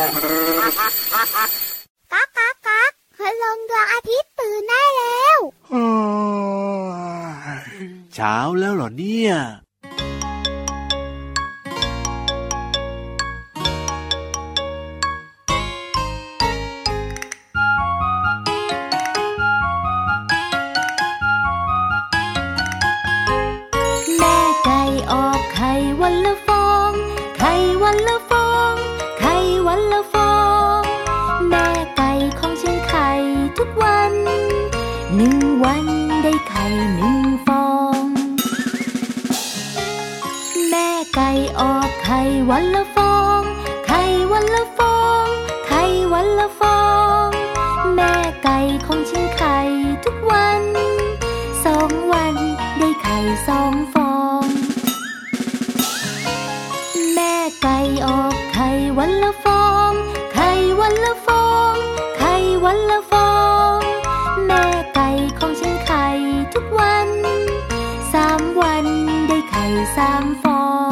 ก๊ากก๊ากก๊ากพลังดวงอาทิตย์ตื่นได้แล้วเช้าแล้วเหรอเนี่ยวันละฟองไข่วันละฟองไข่วันละฟองแม่ไก่ของฉันไข่ทุกวัน1 วันได้ไข่1 ฟองแม่ไก่ออกไข่วันละฟองไข่วันละฟองไข่วันละฟองแม่ไก่ของฉันไข่ทุกวัน2 วันได้ไข่2 ฟองไก่ออกไข่วันละฟองไข่วันละฟองไข่วันละฟองแม่ไก่ของฉันไข่ทุกวัน3 วันได้ไข่3 ฟอง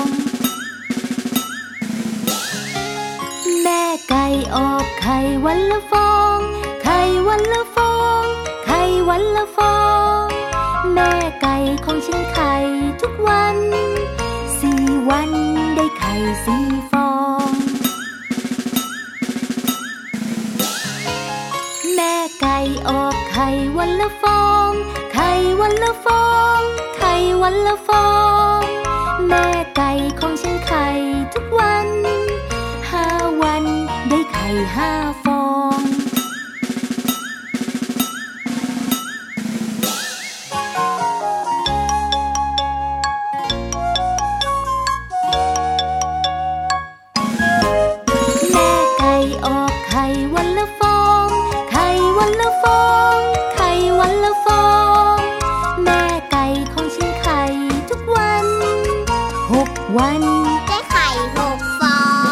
แม่ไก่ออกไข่วันละฟองไข่วันละฟองไข่วันละฟองแม่ไก่ของฉันไข่ทุกวัน4 วันได้ไข่4 ฟองแม่ไก่ออกไข่วันละฟองไข่วันละฟองไข่วันละฟองแม่ไก่ของฉันไข่ทุกวัน5 วันได้ไข่5 ฟองวันละฟองไข่วันละฟองไข่วันละฟองแม่ไก่ของฉันไข่ทุกวัน6 วันได้ไข่6 ฟอง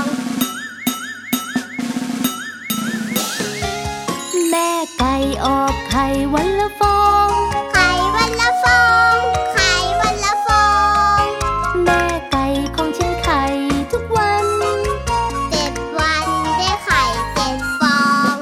แม่ไก่ออกไข่วันละฟองไข่วันละฟองไข่วันละฟองแม่ไก่ของฉันไข่ทุกวัน 7 วันได้ไข่7 ฟอง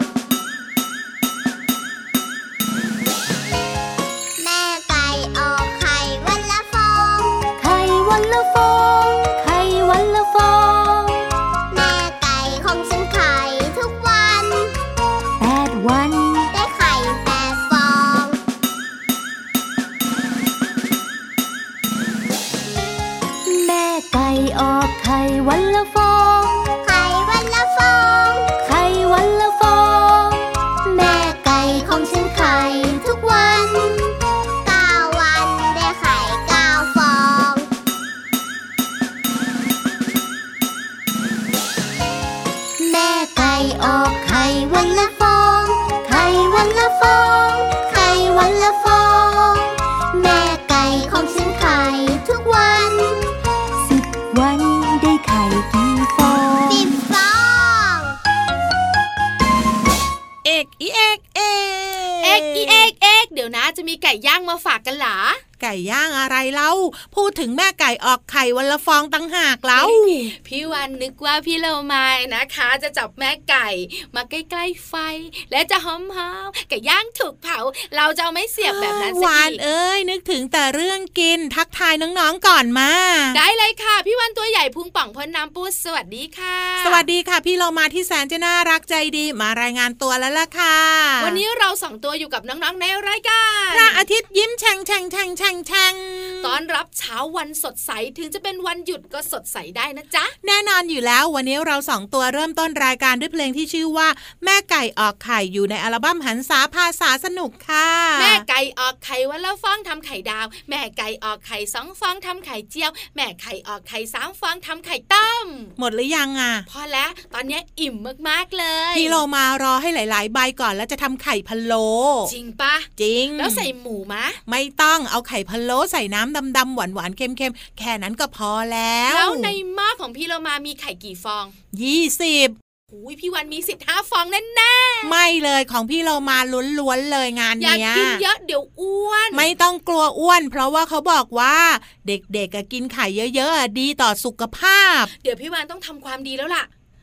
แม่ไก่ออกไข่วันละฟองไข่วันละฟองไข่วันละฟองแม่ไก่ของฉันไข่ทุกวัน 8 วันได้ไข่8 ฟองแม่ไก่ออกไข่วันละฟองไข่วันละฟองไข่วันละฟองแม่ไก่ของฉันไข่ทุกวัน9 วันได้ไข่9 ฟองแม่ไก่ออกไข่วันละฟองไข่วันละฟองไข่วันละฟองแม่ไก่ของฉันไข่ทุกวัน 10 วันได้ไข่กี่ฟอง 10 ฟองเอกอีเอกเอกอีเอกเอกเดี๋ยวนะจะมีไก่ย่างมาฝากกันเหรอไก่ย่างอะไรเล่าพูดถึงแม่ไก่ออกไข่วันละฟองตั้งหากแล้วพี่วันนึกว่าพี่เรามานะคะจะจับแม่ไก่มาใกล้ๆไฟและจะหอมๆไก่ย่างถูกเผาเราจะไม่เสียบแบบนั้นสิหวานเอ้ยนึกถึงแต่เรื่องกินทักทายน้องๆก่อนมาได้เลยค่ะพี่วันตัวใหญ่พุงป่องพ้นน้ำปูสวัสดีค่ะสวัสดีค่ะพี่เรามาที่แสนจะน่ารักใจดีมารายงานตัวแล้วล่ะค่ะวันนี้เรา2 ตัวอยู่กับน้องๆในรายการพระอาทิตย์ยิ้มแฉ่งแฉ่งแฉ่งแฉ่งแฉ่งต้อนรับเช้าวันสดใสถึงจะเป็นวันหยุดก็สดใสได้นะจ๊ะแน่นอนอยู่แล้ววันนี้เรา2 ตัวเริ่มต้นรายการด้วยเพลงที่ชื่อว่าแม่ไก่ออกไข่อยู่ในอัลบั้มหันษาภาษาสนุกค่ะแม่ไก่ออกไข่วันละฟองทำไข่ดาวแม่ไก่ออกไข่2 ฟองทำไข่เจียวแม่ไก่ออกไข่3 ฟองทำไข่ต้มหมดหรือยังอ่ะพอแล้วตอนนี้อิ่มมากๆเลยพี่โลมารอให้หลายๆใบก่อนแล้วจะทำไข่พะโล้จริงปะจริงแล้วใส่หมูมะไม่ต้องเอาไข่พะโล้ใส่น้ำดำๆหวานๆเค็มๆแค่นั้นก็พอแล้วในหม้อของพี่โลมามีไข่กี่ฟอง 20 อุ้ยพี่วันมี15 ฟองแน่ๆไม่เลยของพี่เรามาล้วนๆเลยงานเนี้ยอยากกินเยอะเดี๋ยวอ้วนไม่ต้องกลัวอ้วนเพราะว่าเขาบอกว่าเด็กๆกินไข่เยอะๆดีต่อสุขภาพเดี๋ยวพี่วันต้องทำความดีแล้วล่ะ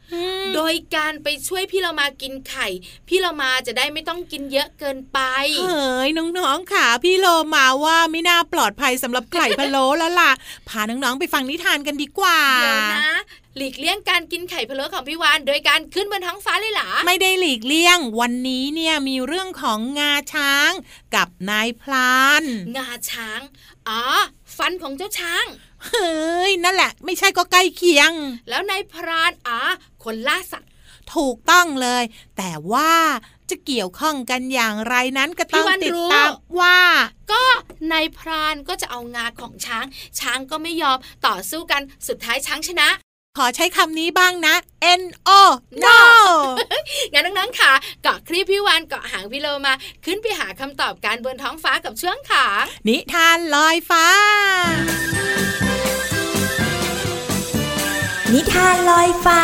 โดยการไปช่วยพี่เรามากินไข่พี่เรามาจะได้ไม่ต้องกินเยอะเกินไปเฮ้ยน้องๆค่ะพี่โลมาว่าไม่น่าปลอดภัยสำหรับไข่พะโล้แล้วล่ะพาน้องๆไปฟังนิทานกันดีกว่าเดี๋ยวนะหลีกเลี่ยงการกินไข่พะโล้ของพี่วานโดยการขึ้นบนท้องฟ้าเลยเหรอไม่ได้หลีกเลี่ยงวันนี้เนี่ยมีเรื่องของงาช้างกับนายพรานงาช้างฟันของเจ้าช้างเฮ้ยนั่นแหละไม่ใช่ก็ใกล้เคียงแล้วนายพรานคนล่าสัตว์ถูกต้องเลยแต่ว่าจะเกี่ยวข้องกันอย่างไรนั้นก็ต้องติดตามว่าก็นายพรานก็จะเอางาของช้างช้างก็ไม่ยอมต่อสู้กันสุดท้ายช้างชนะขอใช้คำนี้บ้างนะ no งั้นน้องๆค่ะเกาะคลีปพี่วานเกาะหางพี่โลมาขึ้นไปหาคำตอบการบนท้องฟ้ากับช่วงขานิทานลอยฟ้านิทานลอยฟ้า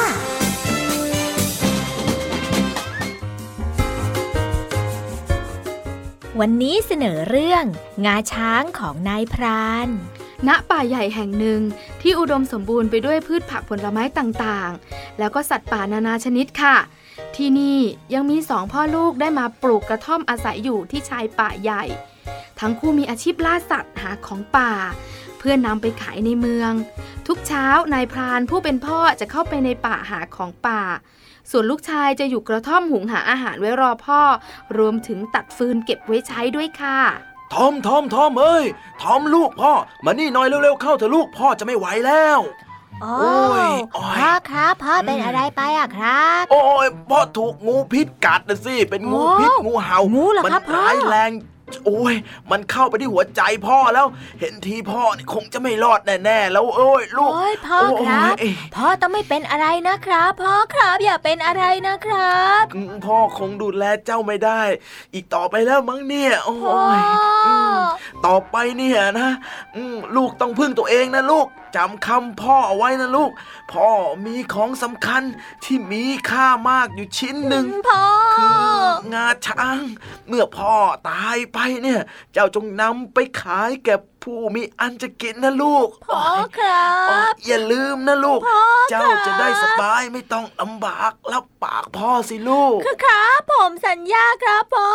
วันนี้เสนอเรื่องงาช้างของนายพรานณป่าใหญ่แห่งหนึ่งที่อุดมสมบูรณ์ไปด้วยพืชผักผลไม้ต่างๆแล้วก็สัตว์ป่านานาชนิดค่ะที่นี่ยังมี2พ่อลูกได้มาปลูกกระท่อมอาศัยอยู่ที่ชายป่าใหญ่ทั้งคู่มีอาชีพล่าสัตว์หาของป่าเพื่อนำไปขายในเมืองทุกเช้านายพรานผู้เป็นพ่อจะเข้าไปในป่าหาของป่าส่วนลูกชายจะอยู่กระท่อมหุงหาอาหารไว้รอพ่อรวมถึงตัดฟืนเก็บไว้ใช้ด้วยค่ะทอมเอ้ยทอมลูกพ่อมานี่หน่อยเร็วๆเข้าเถอะลูกพ่อจะไม่ไหวแล้วโอ้ยพ่อครับพ่อเป็นอะไรไปอะครับโอ้ยพ่อถูกงูพิษกัดนะสิเป็นงูพิษงูเห่ามันร้ายแรงโอ้ยมันเข้าไปที่หัวใจพ่อแล้วเห็นทีพ่อนี่คงจะไม่รอดแน่ๆแล้วโอ้ยลูกโอ้ยพ่อครับพ่อต้องไม่เป็นอะไรนะครับพ่อครับอย่าเป็นอะไรนะครับพ่อคงดูแลเจ้าไม่ได้อีกต่อไปแล้วมั้งเนี่ยโอ้ยต่อไปเนี่ยนะลูกต้องพึ่งตัวเองนะลูกจำคำพ่อเอาไว้นะลูกพ่อมีของสำคัญที่มีค่ามากอยู่ชิ้นหนึ่งคืองาช้างเมื่อพ่อตายไปเนี่ยเจ้าจงนำไปขายแก่ผู้มีอันจะกินนะลูกพ่อครับอย่าลืมนะลูกเจ้าจะได้สบายไม่ต้องลำบากรับปากพ่อสิลูกครับผมสัญญาครับพ่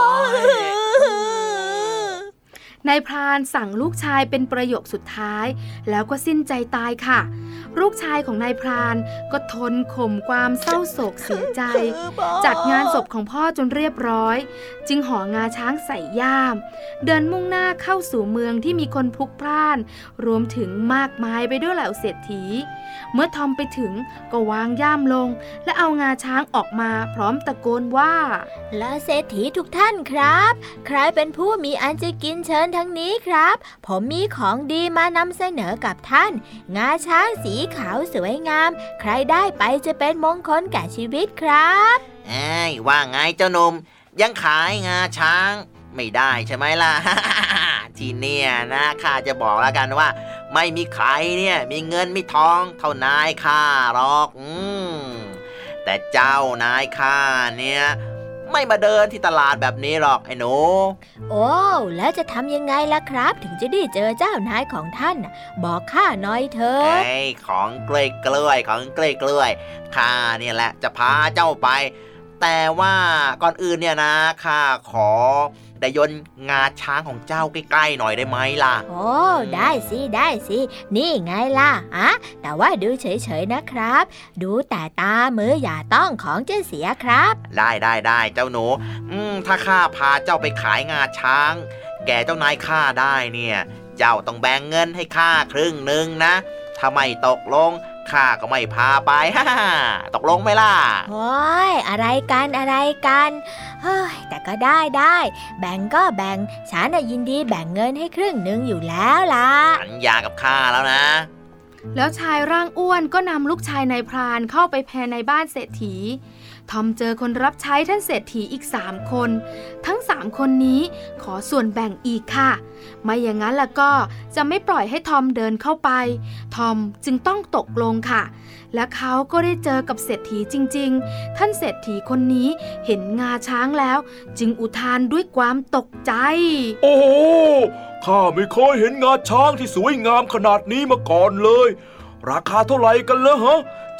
อนายพรานสั่งลูกชายเป็นประโยคสุดท้ายแล้วก็สิ้นใจตายค่ะลูกชายของนายพรานก็ทนข่มความเศร้าโศกเสียใจจัดงานศพของพ่อจนเรียบร้อยจึงห่องาช้างใส่ย่ามเดินมุ่งหน้าเข้าสู่เมืองที่มีคนพลุกพล่านรวมถึงมากมายไปด้วยเหล่าเศรษฐีเมื่อทอมไปถึงก็วางย่ามลงและเอางาช้างออกมาพร้อมตะโกนว่าและเศรษฐีทุกท่านครับใครเป็นผู้มีอันจะกินเชิญทั้งนี้ครับผมมีของดีมานำเสนอกับท่านงาช้างสีขาวสวยงามใครได้ไปจะเป็นมงคลแก่ชีวิตครับว่าไงเจ้าหนุ่มยังขายงาช้างไม่ได้ใช่ไหมล่ะ ที่เนี่ยนะข้าจะบอกแล้วกันว่าไม่มีใครเนี่ยมีเงินมีทองเท่านายข้าหรอกแต่เจ้านายข้าเนี่ยไม่มาเดินที่ตลาดแบบนี้หรอกไอ้หนูโอ้แล้วจะทำยังไงล่ะครับถึงจะได้เจอเจ้านายของท่านบอกข้าหน่อยเถอะของกล้วยของกล้วยข้าเนี่ยแหละจะพาเจ้าไปแต่ว่าก่อนอื่นเนี่ยนะข้าขอได้ยนงาช้างของเจ้าใกล้ๆหน่อยได้ไหมล่ะโอ้ได้สินี่ไงล่ะแต่ว่าดูเฉยๆนะครับดูแต่ตามืออย่าต้องของจะเสียครับได้เจ้าหนูถ้าข้าพาเจ้าไปขายงาช้างแกเจ้านายข้าได้เนี่ยเจ้าต้องแบ่งเงินให้ข้าครึ่งนึงนะถ้าไม่ตกลงข้าก็ไม่พาไปตกลงไหมล่ะโอ้ยอะไรกันเฮ้ยแต่ก็ได้แบ่งก็แบ่งฉันยินดีแบ่งเงินให้ครึ่งนึงอยู่แล้วล่ะสัญญากับข้าแล้วนะแล้วชายร่างอ้วนก็นำลูกชายนายพรานเข้าไปภายในบ้านเศรษฐีทอมเจอคนรับใช้ท่านเศรษฐีอีก3คนทั้ง3คนนี้ขอส่วนแบ่งอีกค่ะไม่อย่างนั้นล่ะก็จะไม่ปล่อยให้ทอมเดินเข้าไปทอมจึงต้องตกลงค่ะและเขาก็ได้เจอกับเศรษฐีจริงๆท่านเศรษฐีคนนี้เห็นงาช้างแล้วจึงอุทานด้วยความตกใจโอ้ข้าไม่เคยเห็นงาช้างที่สวยงามขนาดนี้มาก่อนเลยราคาเท่าไหร่กันเหรอฮะ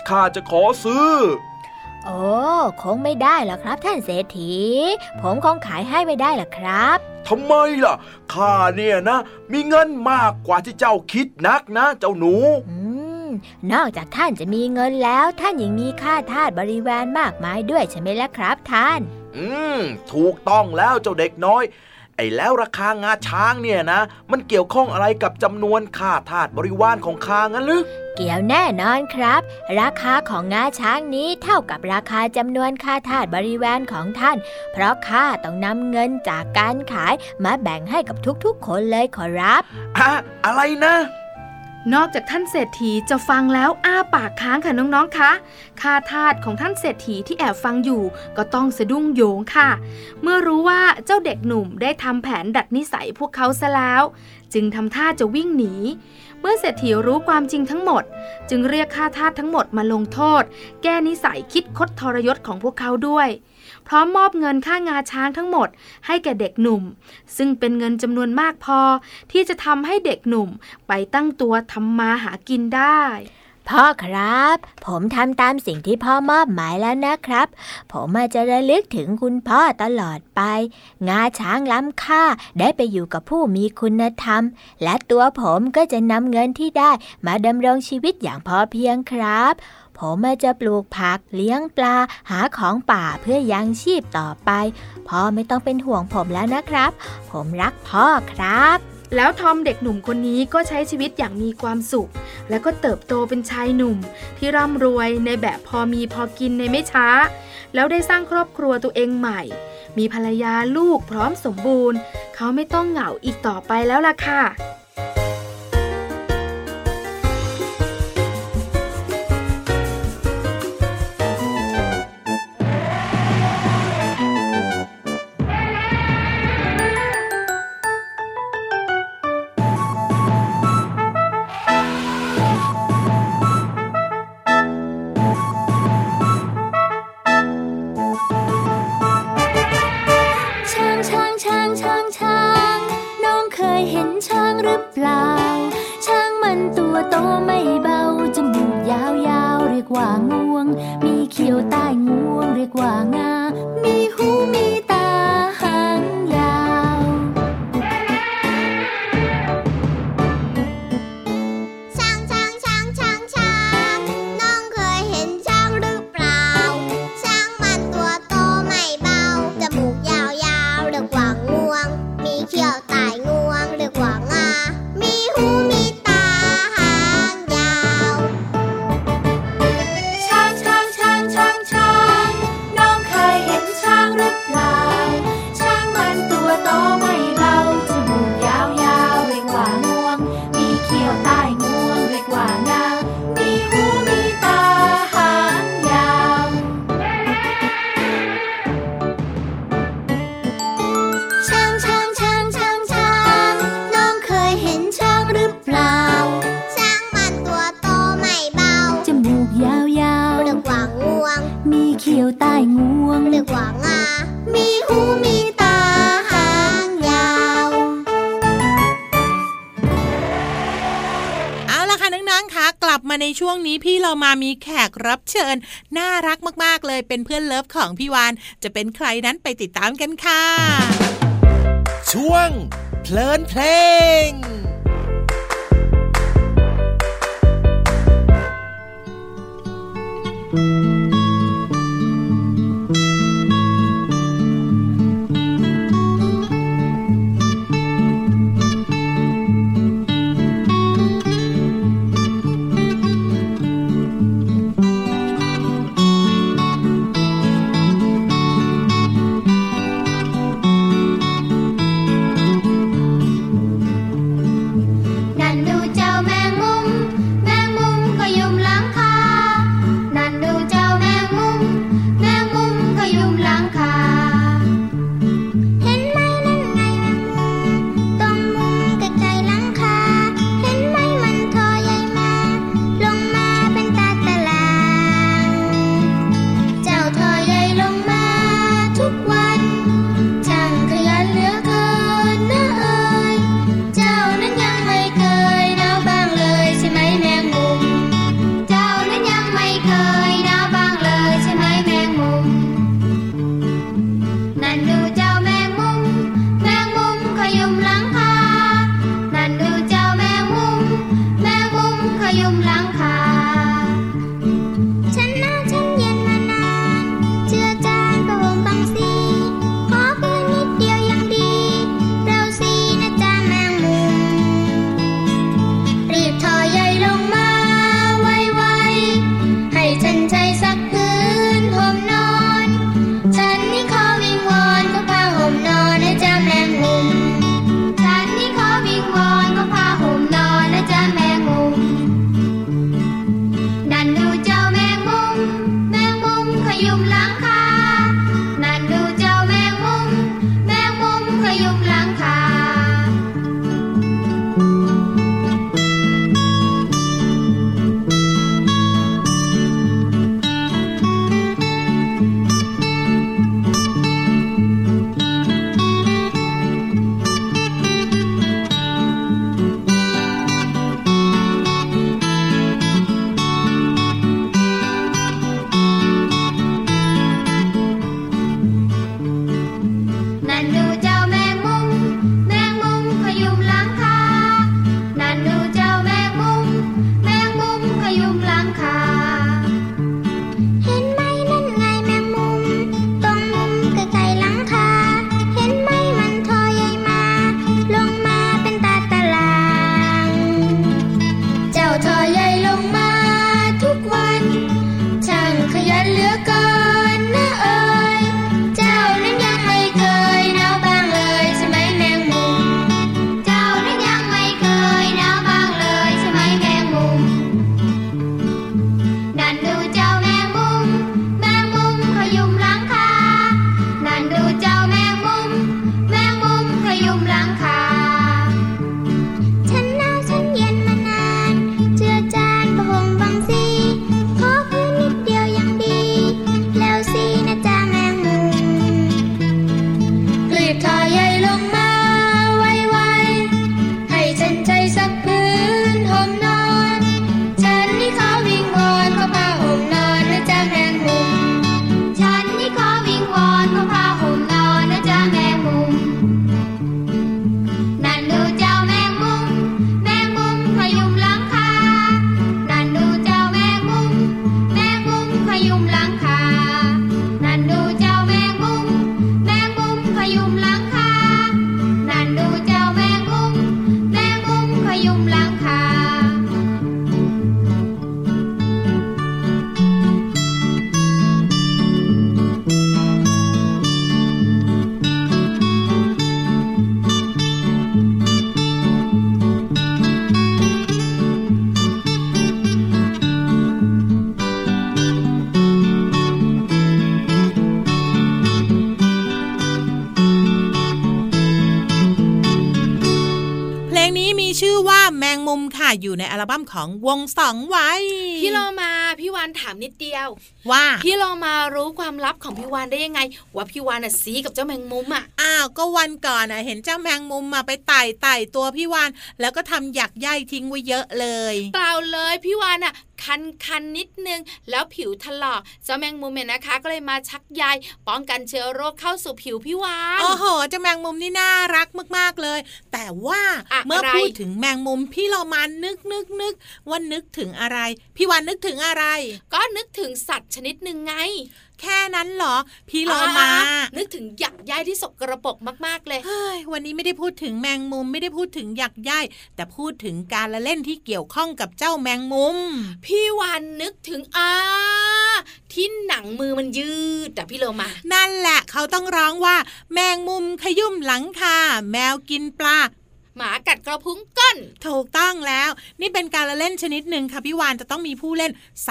ข้าจะขอซื้อโอ้คงไม่ได้หรอกครับท่านเศรษฐีผมคงขายให้ไม่ได้หรอกครับทำไมล่ะข้าเนี่ยนะมีเงินมากกว่าที่เจ้าคิดนักนะเจ้าหนูนอกจากท่านจะมีเงินแล้วท่านยังมีข้าทาสบริวารมากมายด้วยใช่ไหมล่ะครับท่านถูกต้องแล้วเจ้าเด็กน้อยแล้วราคางาช้างเนี่ยนะมันเกี่ยวข้องอะไรกับจำนวนข้าทาสบริวารของข้างั้นหรือเกี่ยวแน่นอนครับราคาของงาช้างนี้เท่ากับราคาจำนวนข้าทาสบริวารของท่านเพราะข้าต้องนำเงินจากการขายมาแบ่งให้กับทุกๆคนเลยขอรับอะไรนะนอกจากท่านเศรษฐีจะฟังแล้วอ้าปากค้างค่ะน้องๆคะข้าทาสของท่านเศรษฐีที่แอบฟังอยู่ก็ต้องสะดุ้งโยงค่ะเมื่อรู้ว่าเจ้าเด็กหนุ่มได้ทำแผนดัดนิสัยพวกเขาซะแล้วจึงทำท่าจะวิ่งหนีเมื่อเศรษฐีรู้ความจริงทั้งหมดจึงเรียกข้าทาสทั้งหมดมาลงโทษแก้นิสัยคิดคดทรยศของพวกเขาด้วยพร้อมมอบเงินค่างาช้างทั้งหมดให้แก่เด็กหนุ่มซึ่งเป็นเงินจำนวนมากพอที่จะทำให้เด็กหนุ่มไปตั้งตัวทำมาหากินได้พ่อครับผมทำตามสิ่งที่พ่อมอบหมายแล้วนะครับผมจะระลึกถึงคุณพ่อตลอดไปงาช้างล้ำค่าได้ไปอยู่กับผู้มีคุณธรรมและตัวผมก็จะนำเงินที่ได้มาดำรงชีวิตอย่างพอเพียงครับผมจะปลูกผักเลี้ยงปลาหาของป่าเพื่อยังชีพต่อไปพ่อไม่ต้องเป็นห่วงผมแล้วนะครับผมรักพ่อครับแล้วทอมเด็กหนุ่มคนนี้ก็ใช้ชีวิตอย่างมีความสุขและก็เติบโตเป็นชายหนุ่มที่ร่ำรวยในแบบพอมีพอกินในไม่ช้าแล้วได้สร้างครอบครัวตัวเองใหม่มีภรรยาลูกพร้อมสมบูรณ์เขาไม่ต้องเหงาอีกต่อไปแล้วล่ะค่ะว่างวงมีเขียวใต้งวงเรียกว่างามีหูมีตาหางยาวช้างช้างช้างช้างช้างน้องเคยเห็นช้างหรือเปล่าช้างมันตัวโตไม่เบาจมูกยาวยาวเรียกว่างวงมีเขียวใต้งวงเรียกว่างามีหูมีตาหางยาวน้องเคยเห็นช้างหรือเปล่าช้างมันตัวโตไม่เบาจมูกยาวยาวเรียกว่างวงมีเขียวใต้งวงเรียกว่างามีหูมีตาหางยาวช้างช้างช้างช้างช้างน้องเคยเห็นช้างหรือเปล่าช้างมันตัวโตไม่เบาจมูกยาวยาวเรียกว่างวงมีเขียวใต้งวงเรียกว่างามีหูมีตาหางยาวเอาล่ะค่ะน้องๆค่ะกลับมาในช่วงนี้พี่เรามามีแขกรับเชิญน่ารักมากๆเลยเป็นเพื่อนเลิฟของพี่วานจะเป็นใครนั้นไปติดตามกันค่ะช่วงเพลินเพลงนั่นดูเจ้าแมงมุมก็ยุมหลังคานั่นดูเจ้าแมแมงมุมค่ะอยู่ในอัลบั้มของวงสองวัยพี่โลมาพี่วานถามนิดเดียวว่าพี่โลมารู้ความลับของพี่วานได้ยังไงว่าพี่วานน่ะซีกับเจ้าแมงมุมอ่ะอ้าวก็วันก่อนน่ะเห็นเจ้าแมงมุมมาไปไต่ตัวพี่วานแล้วก็ทำหยักใยทิ้งไว้เยอะเลยเปล่าเลยพี่วานอ่ะคันนิดนึงแล้วผิวถลอกเจ้าแมงมุมเนี่ยนะคะก็เลยมาชักใยป้องกันเชื้อโรคเข้าสู่ผิวพี่วานโอ้โหเจ้าแมงมุมนี่น่ารักมากๆเลยแต่ว่าเมื่อพูดถึงแมงมุมพี่เรามานึกว่านึกถึงอะไรพี่วานนึกถึงอะไรก็นึกถึงสัตว์ชนิดนึงไงแค่นั้นเหรอพี่โลมานึกถึงหยักใยที่สกปรกมากๆเลยเฮ้ยวันนี้ไม่ได้พูดถึงแมงมุมไม่ได้พูดถึงหยักใยแต่พูดถึงการละเล่นที่เกี่ยวข้องกับเจ้าแมงมุมพี่วานนึกถึงที่หนังมือมันยืดแต่พี่โลมานั่นแหละเขาต้องร้องว่าแมงมุมขยุ่มหลังคาแมวกินปลาหมากัดกระพุ้งก้นถูกต้องแล้วนี่เป็นการละเล่นชนิดหนึ่งค่ะพี่วานจะต้องมีผู้เล่น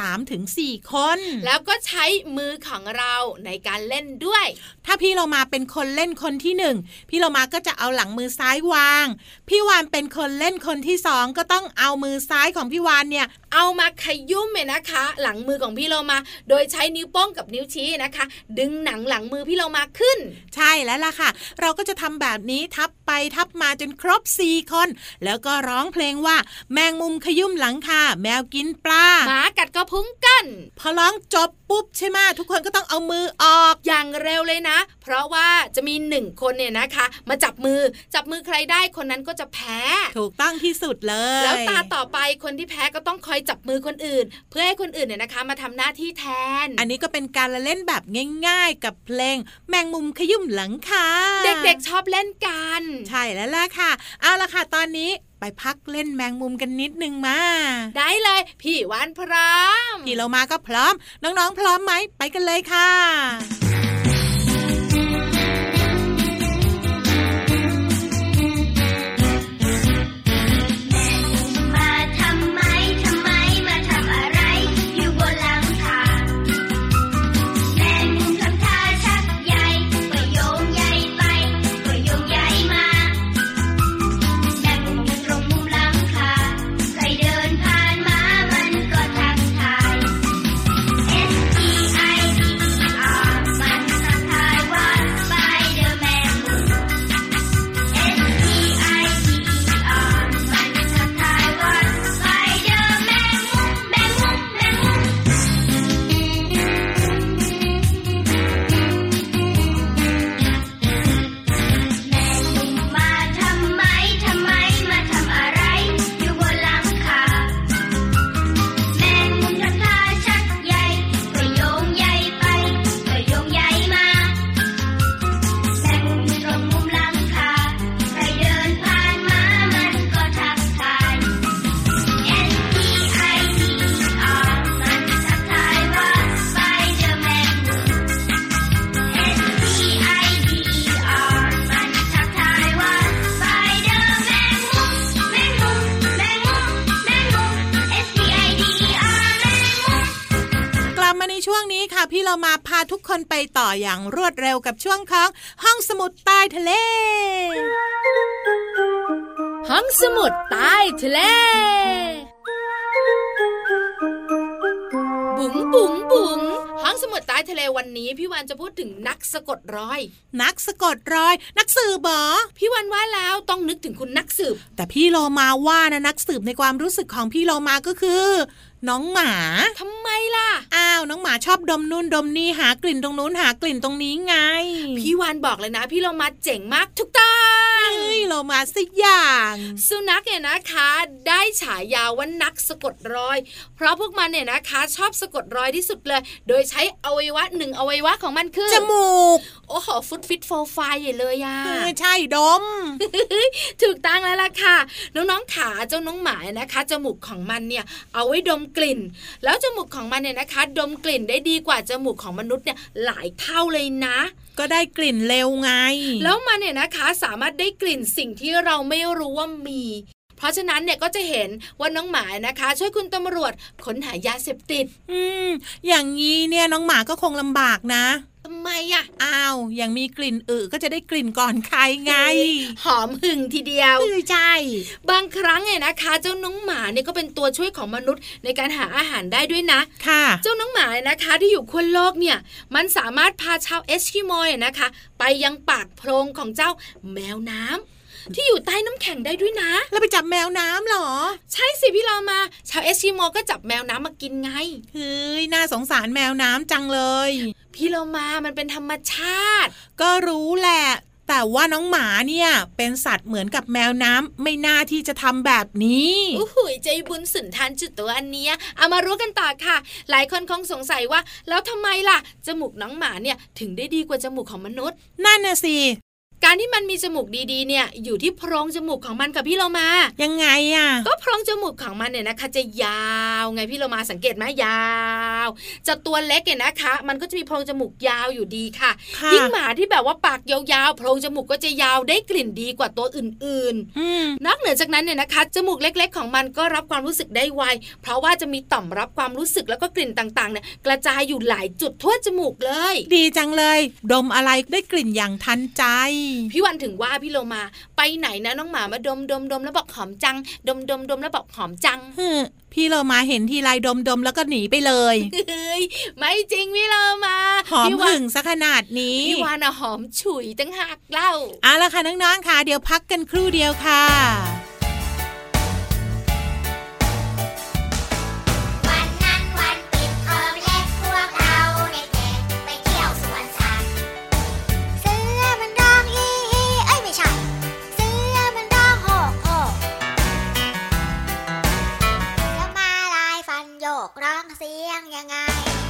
3-4 คนแล้วก็ใช้มือของเราในการเล่นด้วยถ้าพี่เรามาเป็นคนเล่นคนที่1พี่เรามาก็จะเอาหลังมือซ้ายวางพี่วานเป็นคนเล่นคนที่2ก็ต้องเอามือซ้ายของพี่วานเนี่ยเอามาขยุ่มเนี่ยนะคะหลังมือของพี่เรามาโดยใช้นิ้วโป้งกับนิ้วชี้นะคะดึงหนังหลังมือพี่เรามาขึ้นใช่แล้วล่ะค่ะเราก็จะทำแบบนี้ทับไปทับมาจนครบ4 คนแล้วก็ร้องเพลงว่าแมงมุมขยุ่มหลังคาแมวกินปลาหมากัดกระพุ้งกันพอร้องจบปุ๊บใช่ไหมทุกคนก็ต้องเอามือออกอย่างเร็วเลยนะเพราะว่าจะมี1คนเนี่ยนะคะมาจับมือใครได้คนนั้นก็จะแพ้ถูกต้องที่สุดเลยแล้วตาต่อไปคนที่แพ้ก็ต้องคอยจับมือคนอื่นเพื่อให้คนอื่นเนี่ยนะคะมาทำหน้าที่แทนอันนี้ก็เป็นการละเล่นแบบง่ายๆกับเพลงแมงมุมขยุ่มหลังคาเด็กๆชอบเล่นกันใช่แล้วล่ะค่ะเอาล่ะค่ะตอนนี้ไปพักเล่นแมงมุมกันนิดนึงมาได้เลยพี่วานพร้อมพี่เรามาก็พร้อมน้องๆพร้อมไหมไปกันเลยค่ะพี่เรามาพาทุกคนไปต่ออย่างรวดเร็วกับช่วงของห้องสมุดใต้ทะเลห้องสมุดใต้ทะเลบุ๋งบุ๋งบุ๋งห้องสมุดใต้ทะเลวันนี้พี่วานจะพูดถึงนักสะกดรอยนักสะกดรอยนักสืบเหรอพี่วานว่าแล้วต้องนึกถึงคุณนักสืบแต่พี่โลมาว่านะนักสืบในความรู้สึกของพี่โลมาก็คือน้องหมาทำไมล่ะอ้าวน้องหมาชอบดมนู่นดมนี่หากลิ่นตรงนู้นหากลิ่นตรงนี้ไงพี่วานบอกเลยนะพี่โลมาเจ๋งมากทุกต้องโลมาสิอย่างสุนัขเนี่ยนะคะได้ฉายาว่านักสะกดรอยเพราะพวกมันเนี่ยนะคะชอบสะกดรอยที่สุดเลยโดยใช้อวัยวะ1อวัยวะของมันคือจมูกโอ้โหฟุตฟิตโฟไฟเลยอ่ะใช่ดมถูกตั้งแล้วล่ะค่ะน้องๆขาเจ้าน้องหมานะคะจมูกของมันเนี่ยเอาไว้ดมกลิ่นแล้วจมูกของมันเนี่ยนะคะดมกลิ่นได้ดีกว่าจมูกของมนุษย์เนี่ยหลายเท่าเลยนะก็ได้กลิ่นเร็วไงแล้วมันเนี่ยนะคะสามารถได้กลิ่นสิ่งที่เราไม่รู้ว่ามีเพราะฉะนั้นเนี่ยก็จะเห็นว่าน้องหมานะคะช่วยคุณตำรวจค้นหายาเสพติดอย่างนี้เนี่ยน้องหมาก็คงลำบากนะทำไมอ่ะอ้าวยังมีกลิ่นก็จะได้กลิ่นก่อนใครไงหอมหึ่งทีเดียวใช่บางครั้งเนี่ยนะคะเจ้าน้องหมาเนี่ยก็เป็นตัวช่วยของมนุษย์ในการหาอาหารได้ด้วยนะค่ะเจ้าน้องหมานะคะที่อยู่ขั้วโลกเนี่ยมันสามารถพาชาวเอสกิโมนะคะไปยังปากโพรงของเจ้าแมวน้ำที่อยู่ใต้น้ำแข็งได้ด้วยนะแล้วไปจับแมวน้ำหรอใช่สิพี่เรามาชาวเอสกิโมก็จับแมวน้ำมากินไงเฮ้ยน่าสงสารแมวน้ำจังเลยพี่เรามามันเป็นธรรมชาติก็รู้แหละแต่ว่าน้องหมาเนี่ยเป็นสัตว์เหมือนกับแมวน้ำไม่น่าที่จะทำแบบนี้โอ้โหใจบุญสุนทานจุดตัวอันเนี้ยเอามารู้กันต่อค่ะหลายคนคงสงสัยว่าแล้วทำไมล่ะจมูกน้องหมาเนี่ยถึงได้ดีกว่าจมูกของมนุษย์นั่นน่ะสิการที่มันมีจมูกดีๆเนี่ยอยู่ที่โพรงจมูกของมันกับพี่เรามายังไงอ่ะก็โพรงจมูกของมันเนี่ยนะคะจะยาวไงพี่เรามาสังเกตไหมยาวจะตัวเล็กเนี่ยนะคะมันก็จะมีโพรงจมูกยาวอยู่ดีค่ะยิ่งหมาที่แบบว่าปากยาวๆโพรงจมูกก็จะยาวได้กลิ่นดีกว่าตัวอื่นๆนอกเหนือจากนั้นเนี่ยนะคะจมูกเล็กๆของมันก็รับความรู้สึกได้ไวเพราะว่าจะมีต่อมรับความรู้สึกแล้วก็กลิ่นต่างๆเนี่ยกระจายอยู่หลายจุดทั่วจมูกเลยดีจังเลยดมอะไรได้กลิ่นอย่างทันใจพี่วันถึงว่าพี่โลมาไปไหนนะน้องหมามาดมแล้วบอกหอมจังดมแล้วบอกหอมจังพี่โลมาเห็นทีไรดมแล้วก็หนีไปเลยไม่จริงพี่โลมาหอมหึ่งซะขนาดนี้พี่วานหอมฉุยตั้งหักเล่าเอาล่ะค่ะน้องๆค่ะเดี๋ยวพักกันครู่เดียวค่ะร้องเสียงยังไง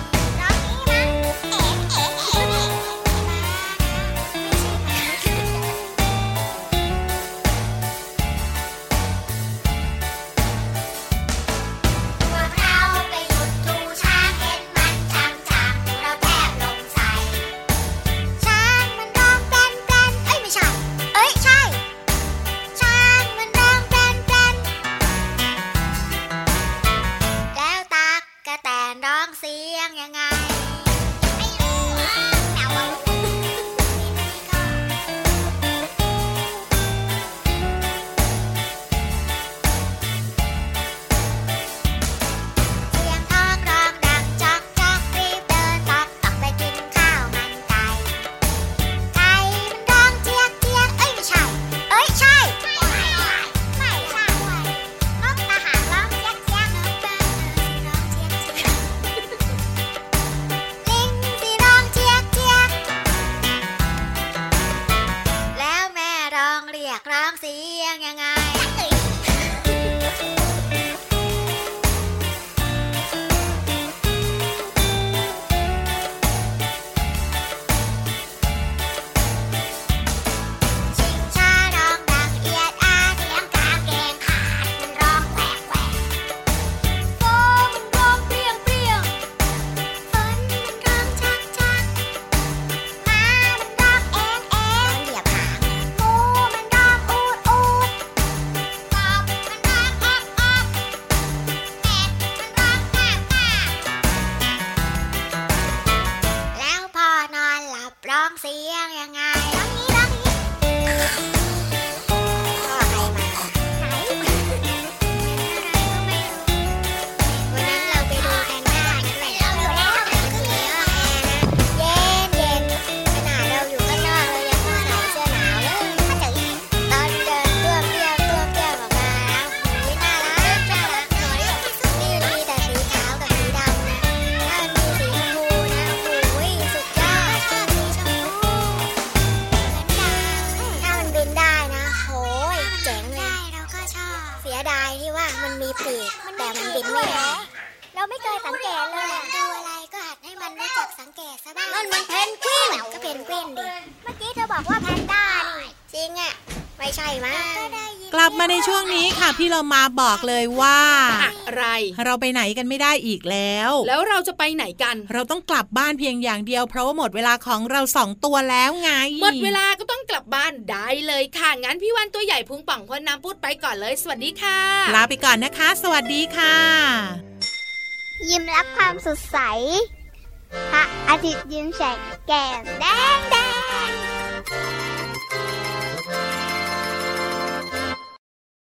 กลับมาในช่วงนี้ค่ะพี่เรามาบอกเลยว่าอะไรเราไปไหนกันไม่ได้อีกแล้วเราจะไปไหนกันเราต้องกลับบ้านเพียงอย่างเดียวเพราะว่าหมดเวลาของเรา2ตัวแล้วไงหมดเวลาก็ต้องกลับบ้านได้เลยค่ะงั้นพี่วันตัวใหญ่พุงป่องพ่นน้ำพูดไปก่อนเลยสวัสดีค่ะลาไปก่อนนะคะสวัสดีค่ะยิ้มรับความสดใสพระอาทิตย์ยิ้มแฉกแก้มแด